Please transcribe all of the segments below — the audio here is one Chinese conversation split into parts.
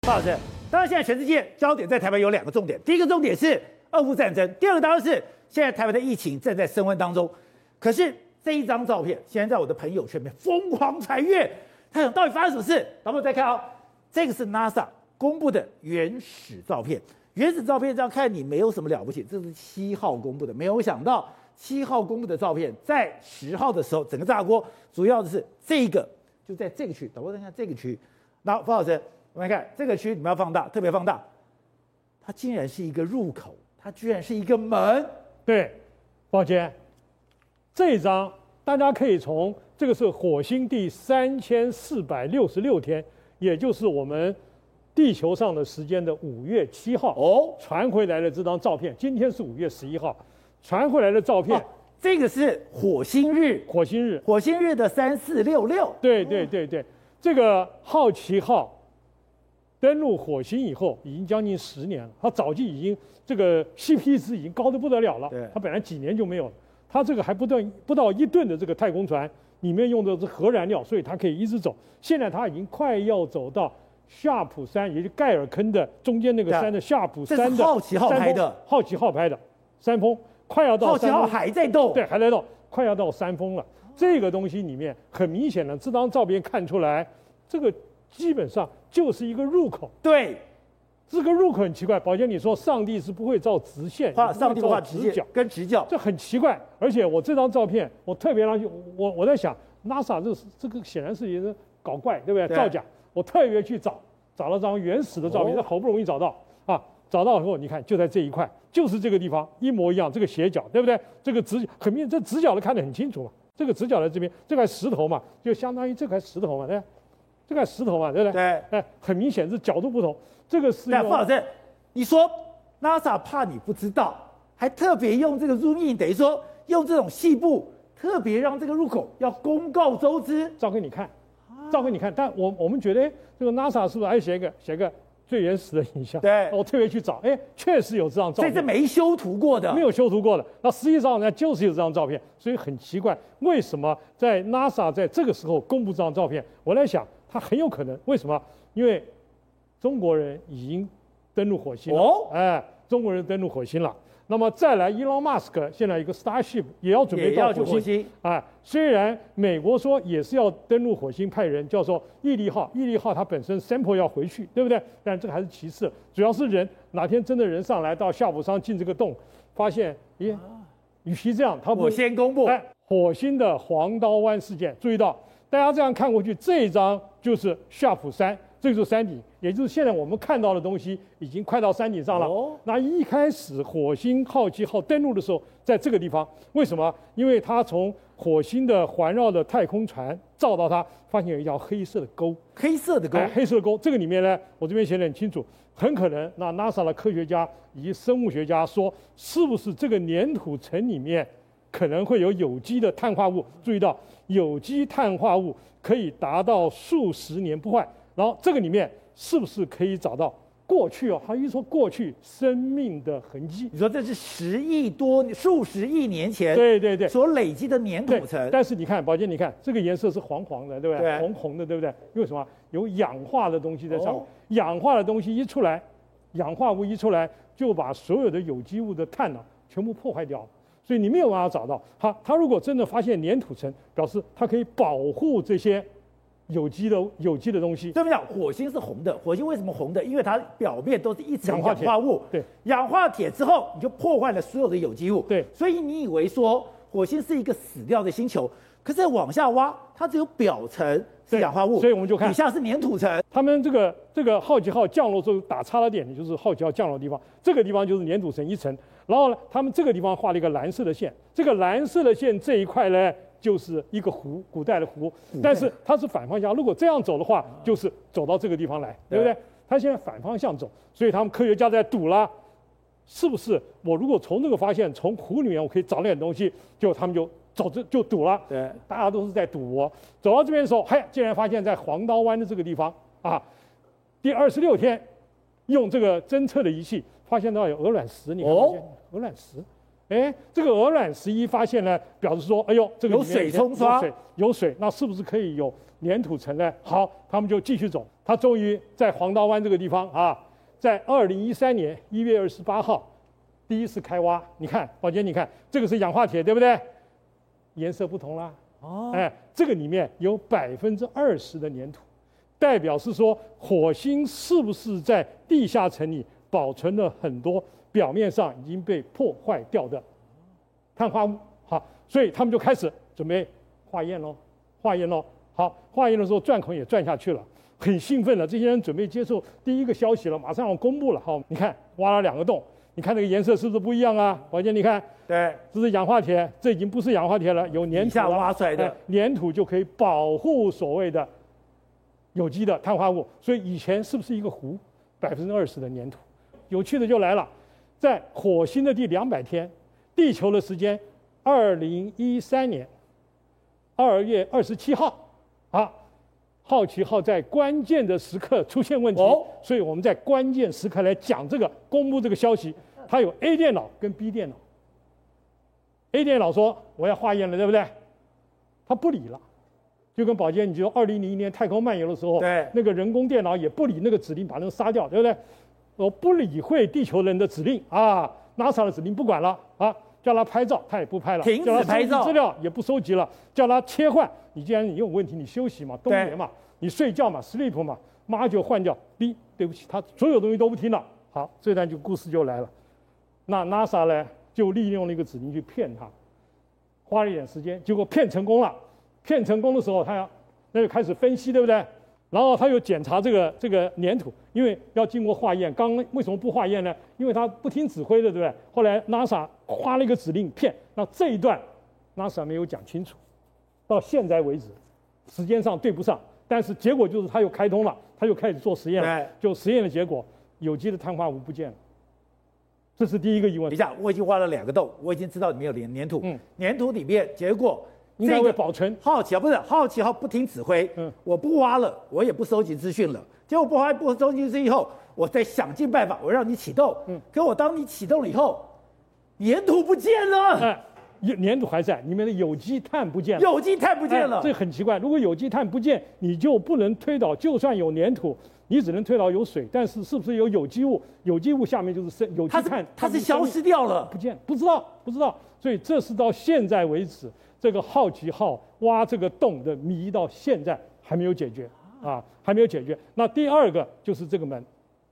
范老师，当然现在全世界焦点在台湾有2个重点，第一个重点是俄乌战争，第二个当然是现在台湾的疫情正在升温当中。可是这一张照片现在在我的朋友圈里面疯狂传阅，他想到底发生什么事？咱们再看哦，这个是 NASA 公布的原始照片。原始照片这样看你没有什么了不起，这是7号公布的，没有想到7号公布的照片在10号的时候整个炸锅，主要的是这个就在这个区，导播看看这个区。然后范老师，我们来看这个区，你们要放大，特别放大，它竟然是一个入口，它居然是一个门。 对，宝杰，这一张大家可以从这个是火星第3466天，也就是我们地球上的时间的5月7号传回来的这张照片。今天是5月11号，传回来的照片。 这个是火星日， 火星日的3466。 对，这个好奇号登陆火星以后，已经将近10年了。它早就已经这个 CP 值已经高得不得了了。它本来几年就没有了，它这个还不到1吨的这个太空船，里面用的是核燃料，所以它可以一直走。现在它已经快要走到夏普山，也就是盖尔坑的中间那个山的夏普山的。 这是好奇号拍的。 好奇号拍的山峰，快要到好奇号还在动。 对，还在动，快要到山峰了。这个东西里面很明显的，这张照片看出来，这个基本上就是一个入口。 对，这个入口很奇怪。宝坚，你说上帝是不会照直线， 上帝画直角跟直角， 这很奇怪。而且我这张照片，我特别我在想 ，NASA 这个显然是也是搞怪，对不对？造假。我特别去找到张原始的照片，这好不容易找到啊！找到以后，你看就在这一块，就是这个地方一模一样，这个斜角，对不对？这个直很明显，这直角的看得很清楚嘛。这个直角在这边，这块石头嘛，就相当于这块石头嘛，对不对？这块石头嘛，对不对？ 对， 很明显是角度不同。这个是。 范老师，你说 NASA 怕你不知道，还特别用这个 zoom in， 等于说用这种细部，特别让这个入口要公告周知， 照给你看，但我们觉得，这个 NASA 是不是还写一个最原始的影像？ 对， 我特别去找，确实有这张照片， 这是没修图过的， 没有修图过的。那实际上呢，就是有这张照片，所以很奇怪，为什么在 NASA 在这个时候公布这张照片？我在想，它很有可能，为什么？因为中国人已经登陆火星了，中国人登陆火星了。那么再来，Elon Musk 现在一个 Starship 也要准备到火星，虽然美国说也是要登陆火星派人，叫做毅力号，它本身 sample 要回去，对不对？但这个还是其次，主要是人哪天真的人上来到夏普山进这个洞，发现，与其这样， 我先公布， 火星的黄刀湾事件，注意到大家这样看过去，这一张就是夏普山。这就是山顶，也就是现在我们看到的东西已经快到山顶上了。那一开始火星好奇号登陆的时候，在这个地方，为什么？因为它从火星的环绕的太空船照到它，发现有一条黑色的沟。 黑色的沟， 这个里面呢，我这边写得很清楚，很可能那 NASA 的科学家以及生物学家说，是不是这个粘土层里面可能会有有机的碳化物？注意到，有机碳化物可以达到数十年不坏。然后这个里面是不是可以找到过去还一说过去生命的痕迹？ 你说这是数十亿年前对所累积的粘土层。 但是你看，宝坚，你看这个颜色是黄黄的，对不对？红红的，对不对？因为什么？有氧化的东西在上面。氧化的东西一出来，氧化物一出来，就把所有的有机物的碳全部破坏掉。所以你没有办法找到它如果真的发现粘土层，表示它可以保护这些有机的东西。 这么讲，火星是红的。火星为什么红的？因为它表面都是一层氧化物。 对， 氧化铁之后，你就破坏了所有的有机物。 对， 所以你以为说火星是一个死掉的星球，可是往下挖，它只有表层是氧化物， 所以我们就看底下是粘土层。 他们这个好奇号降落之后打叉的点，就是好奇号降落的地方。这个地方就是粘土层一层。然后呢，他们这个地方画了一个蓝色的线。这个蓝色的线这一块呢，就是一个湖，古代的湖，但是它是反方向。如果这样走的话，就是走到这个地方来，对不对？它现在反方向走，所以他们科学家在赌了，是不是我如果从这个发现，从湖里面我可以找点东西，就他们就赌了。 对， 大家都是在赌。走到这边的时候，竟然发现在黄刀湾的这个地方第26天，用这个侦测的仪器发现到有鹅卵石，你看发现鹅卵石。这个鹅卵石一发现呢，表示说，这个有水冲刷， 有水，那是不是可以有粘土层呢？好，他们就继续走。 他终于在黄道湾这个地方啊，在2013年1月28号第一次开挖。你看，宝杰，你看这个是氧化铁，对不对？颜色不同啦。哦，哎，这个里面有20%的粘土，代表是说火星是不是在地下层里保存了很多表面上已经被破坏掉的碳化物。好，所以他们就开始准备化验喽，化验喽。好，化验的时候钻孔也钻下去了，很兴奋了。这些人准备接受第一个消息了，马上要公布了。好，你看挖了2个洞，你看那个颜色是不是不一样啊？宝杰，你看， 对， 这是氧化铁，这已经不是氧化铁了，有粘土了， 地下挖出来的粘土就可以保护所谓的有机的碳化物。所以以前是不是一个湖，20%的粘土？有趣的就来了，在火星的第200天，地球的时间2013年2月27号。啊，好奇号在关键的时刻出现问题，所以我们在关键时刻来讲这个，公布这个消息。它有 A 电脑跟 B 电脑。A 电脑说我要化验了，对不对？他不理了，就跟宝杰，你就2001年太空漫游的时候， 对， 那个人工电脑也不理那个指令，把那个杀掉，对不对？我不理会地球人的指令啊 ，NASA 的指令不管了啊。叫他拍照，他也不拍了； 停止拍照， 资料也不收集了；叫他切换，你既然你有问题，你休息嘛，冬眠嘛，你睡觉嘛 ，sleep 嘛，马上就换掉。对不起，他所有东西都不听了。好，这段故事就来了。那 NASA 呢，就利用了一个指令去骗他，花了一点时间，结果骗成功了。骗成功的时候，那就开始分析，对不对？然后他又检查这个粘土，因为要经过化验。刚为什么不化验呢？因为他不听指挥的，对不对？后来 NASA 花了一个指令骗，那这一段 NASA 没有讲清楚，到现在为止，时间上对不上。但是结果就是他又开通了，他又开始做实验了。就实验的结果，有机的碳化物不见了。这是第一个疑问。 等一下，我已经挖了2个洞，我已经知道里面有粘土。粘土里面结果。 应该会保存。 好奇号不是好奇号不听指挥，我不挖了，我也不收集资讯了。结果不收集资讯以后，我再想尽办法，我让你启动。可我当你启动了以后，粘土不见了。 粘土还在，里面的有机碳不见了。 有机碳不见了， 这很奇怪。如果有机碳不见，你就不能推导，就算有粘土，你只能推导有水，但是是不是有有机物？有机物下面就是有机碳， 它是消失掉了， 不见，不知道。所以这是到现在为止。这个好奇号挖这个洞的谜到现在还没有解决啊，还没有解决。那第二个就是这个门，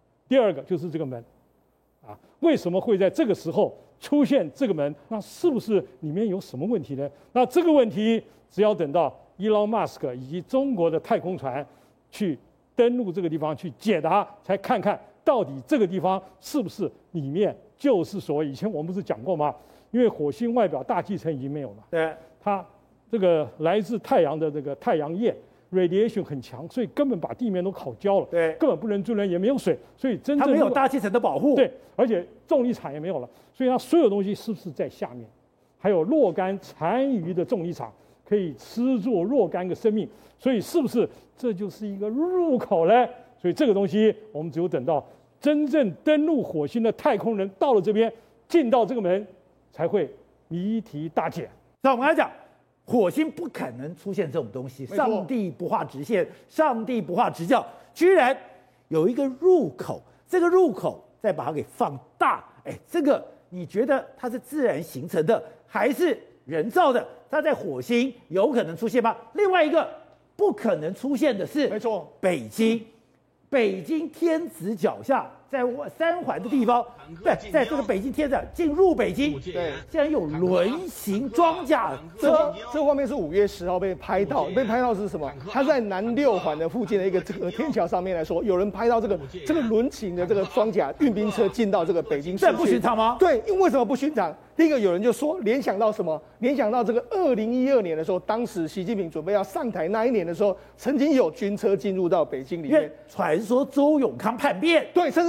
啊，为什么会在这个时候出现这个门？那是不是里面有什么问题呢？那这个问题只要等到Elon Musk以及中国的太空船去登陆这个地方去解答，才看看到底这个地方是不是里面就是所谓以前我们不是讲过吗？因为火星外表大气层已经没有了， 对。 它这个来自太阳的这个太阳焰 radiation 很强，所以根本把地面都烤焦了， 对， 根本不能住人，也没有水，所以真正它没有大气层的保护， 对，而且重力场也没有了，所以它所有东西是不是在下面？还有若干残余的重力场可以吃住若干个生命，所以是不是这就是一个入口呢？所以这个东西我们只有等到真正登陆火星的太空人到了这边，进到这个门，才会谜题大解。 那我们来讲，火星不可能出现这种东西。上帝不画直线，上帝不画直角，居然有一个入口，这个入口再把它给放大。这个你觉得它是自然形成的还是人造的？它在火星有可能出现吗？另外一个不可能出现的是， 没错， 北京天子脚下。在3环的地方，在这个北京天子进入北京， 对， 竟然有轮型装甲车。 这画面是5月10号被拍到，是什么？它在南6环的附近的一个这个天桥上面来说，有人拍到这个轮型的这个装甲运兵车进到这个北京市区。 这不寻常吗？ 对，因为什么不寻常？第一个有人就说联想到什么？联想到这个2012年的时候，当时习近平准备要上台那一年的时候，曾经有军车进入到北京里面。 传说周永康叛变， 对，甚至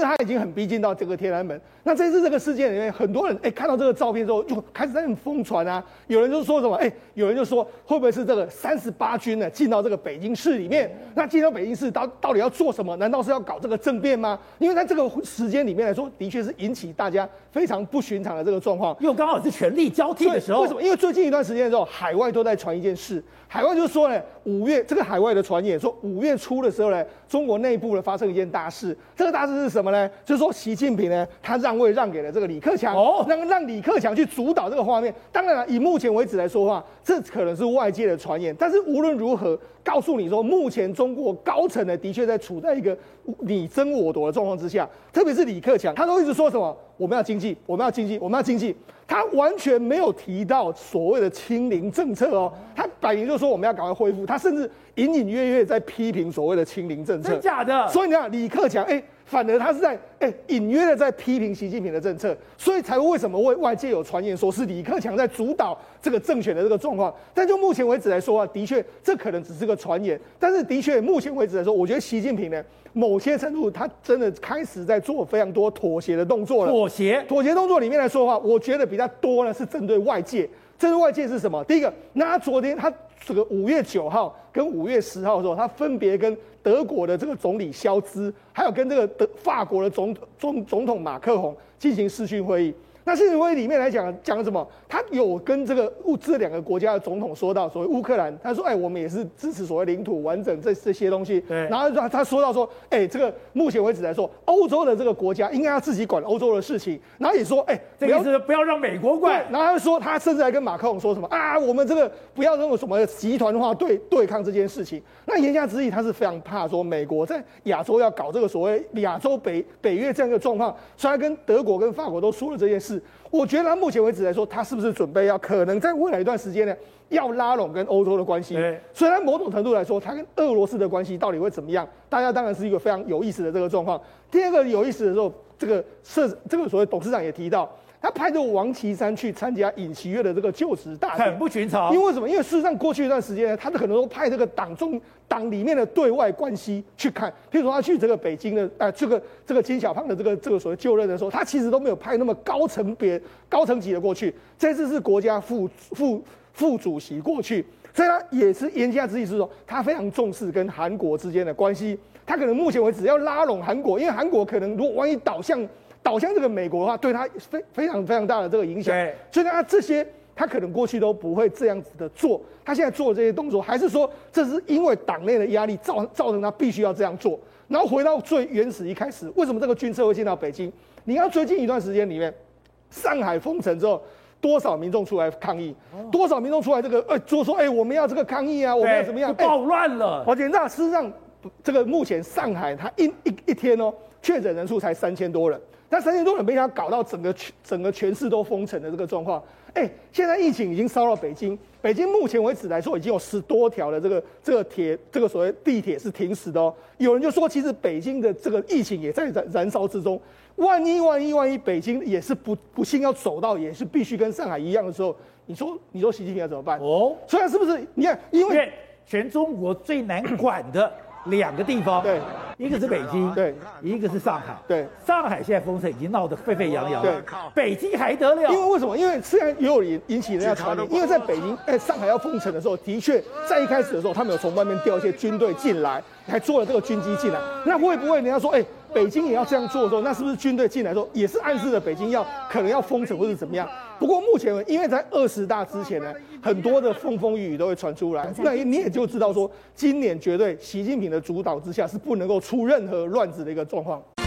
他已经很逼近到这个天安门。那这次这个事件里面，很多人看到这个照片之后，就开始在那疯传啊。有人就说什么，有人就说会不会是这个38军呢进到这个北京市里面？那进到北京市到底要做什么？难道是要搞这个政变吗？因为在这个时间里面来说，的确是引起大家非常不寻常的这个状况。 又刚好是权力交替的时候。 为什么？因为最近一段时间的时候，海外都在传一件事，海外就说呢，5月这个海外的传言说，5月初的时候呢，中国内部呢发生一件大事。这个大事是什么呢？就是说习近平呢，他让位让给了这个李克强，让李克强去主导这个画面。当然了，以目前为止来说的话，这可能是外界的传言，但是无论如何，告诉你说，目前中国高层呢，的确在处在一个你争我夺的状况之下，特别是李克强，他都一直说什么我们要经济，我们要经济，我们要经济，他完全没有提到所谓的清零政策哦，他摆明就说我们要赶快恢复，他甚至隐隐约约在批评所谓的清零政策， 真假的？ 所以你看李克强，反而他是在隐约的在批评习近平的政策，所以才会为什么外界有传言说是李克强在主导这个政权的这个状况。但就目前为止来说啊，的确这可能只是个传言，但是的确目前为止来说，我觉得习近平呢，某些程度他真的开始在做非常多妥协的动作了。妥协动作里面来说的话，我觉得比较多呢是针对外界。针对外界是什么？第一个，那他昨天他这个5月9号跟5月10号的时候，他分别跟德国的这个总理肖兹，还有跟这个法国的总统马克宏进行视讯会议。那视讯会议里面来讲什么？他有跟这两个国家的总统说到，所谓乌克兰，他说，我们也是支持所谓领土完整这些东西。然后他说到说，这个目前为止来说，欧洲的这个国家应该要自己管欧洲的事情。然后也说， 这个是不要让美国管。 然后他说，他甚至还跟马克龙说什么啊，我们这个不要那种什么集团化对抗这件事情。那言下之意，他是非常怕说美国在亚洲要搞这个所谓亚洲北约这样一个状况，所以他跟德国跟法国都说了这件事。我觉得他目前为止来说，他是不是准备可能在未来一段时间呢，要拉拢跟欧洲的关系？所以他某种程度来说，他跟俄罗斯的关系到底会怎么样？大家当然是一个非常有意思的这个状况。第二个有意思的时候，这个所谓董事长也提到，他派这个王岐山去参加尹锡悦的这个就职大典， 很不寻常。 因为什么？因为事实上过去一段时间呢，他可能都派这个党里面的对外关系去看，譬如说他去这个北京的这个金小胖的这个所谓就任的时候，他其实都没有派那么高层级的过去。这次是国家副主席过去，所以他也是言下之意是说，他非常重视跟韩国之间的关系。他可能目前为止要拉拢韩国，因为韩国可能如果万一倒向这个美国的话，对他非常非常大的这个影响。所以他这些他可能过去都不会这样子的做，他现在做这些动作，还是说这是因为党内的压力造成他必须要这样做？然后回到最原始一开始，为什么这个军车会进到北京？你看最近一段时间里面，上海封城之后，多少民众出来抗议？多少民众出来就说我们要这个抗议啊，我们要怎么样？ 暴乱了。 而且你知道，事实上这个目前上海它一天确诊人数才3000多人。那3000多人被他搞到整个全市都封城的这个状况，现在疫情已经烧到北京。北京目前为止来说，已经有10多条的这个所谓地铁是停驶的哦。有人就说，其实北京的这个疫情也在燃烧之中。万一北京也是不幸要走到也是必须跟上海一样的时候，你说习近平要怎么办？虽然是不是？你看，因为全中国最难管的2个地方， 对， 一个是北京， 对， 一个是上海， 对。 上海现在封城已经闹得沸沸扬扬， 对， 北京还得了？ 因为为什么？因为虽然也有引起人家传言，因为在北京，上海要封城的时候，的确在一开始的时候，他们有从外面调一些军队进来，还做了这个军机进来。那会不会人家说，北京也要这样做的时候，那是不是军队进来的时候，也是暗示着北京可能要封城或者怎么样？不过目前因为在20大之前呢，很多的风风雨雨都会传出来，那你也就知道说，今年绝对习近平的主导之下是不能够出任何乱子的一个状况。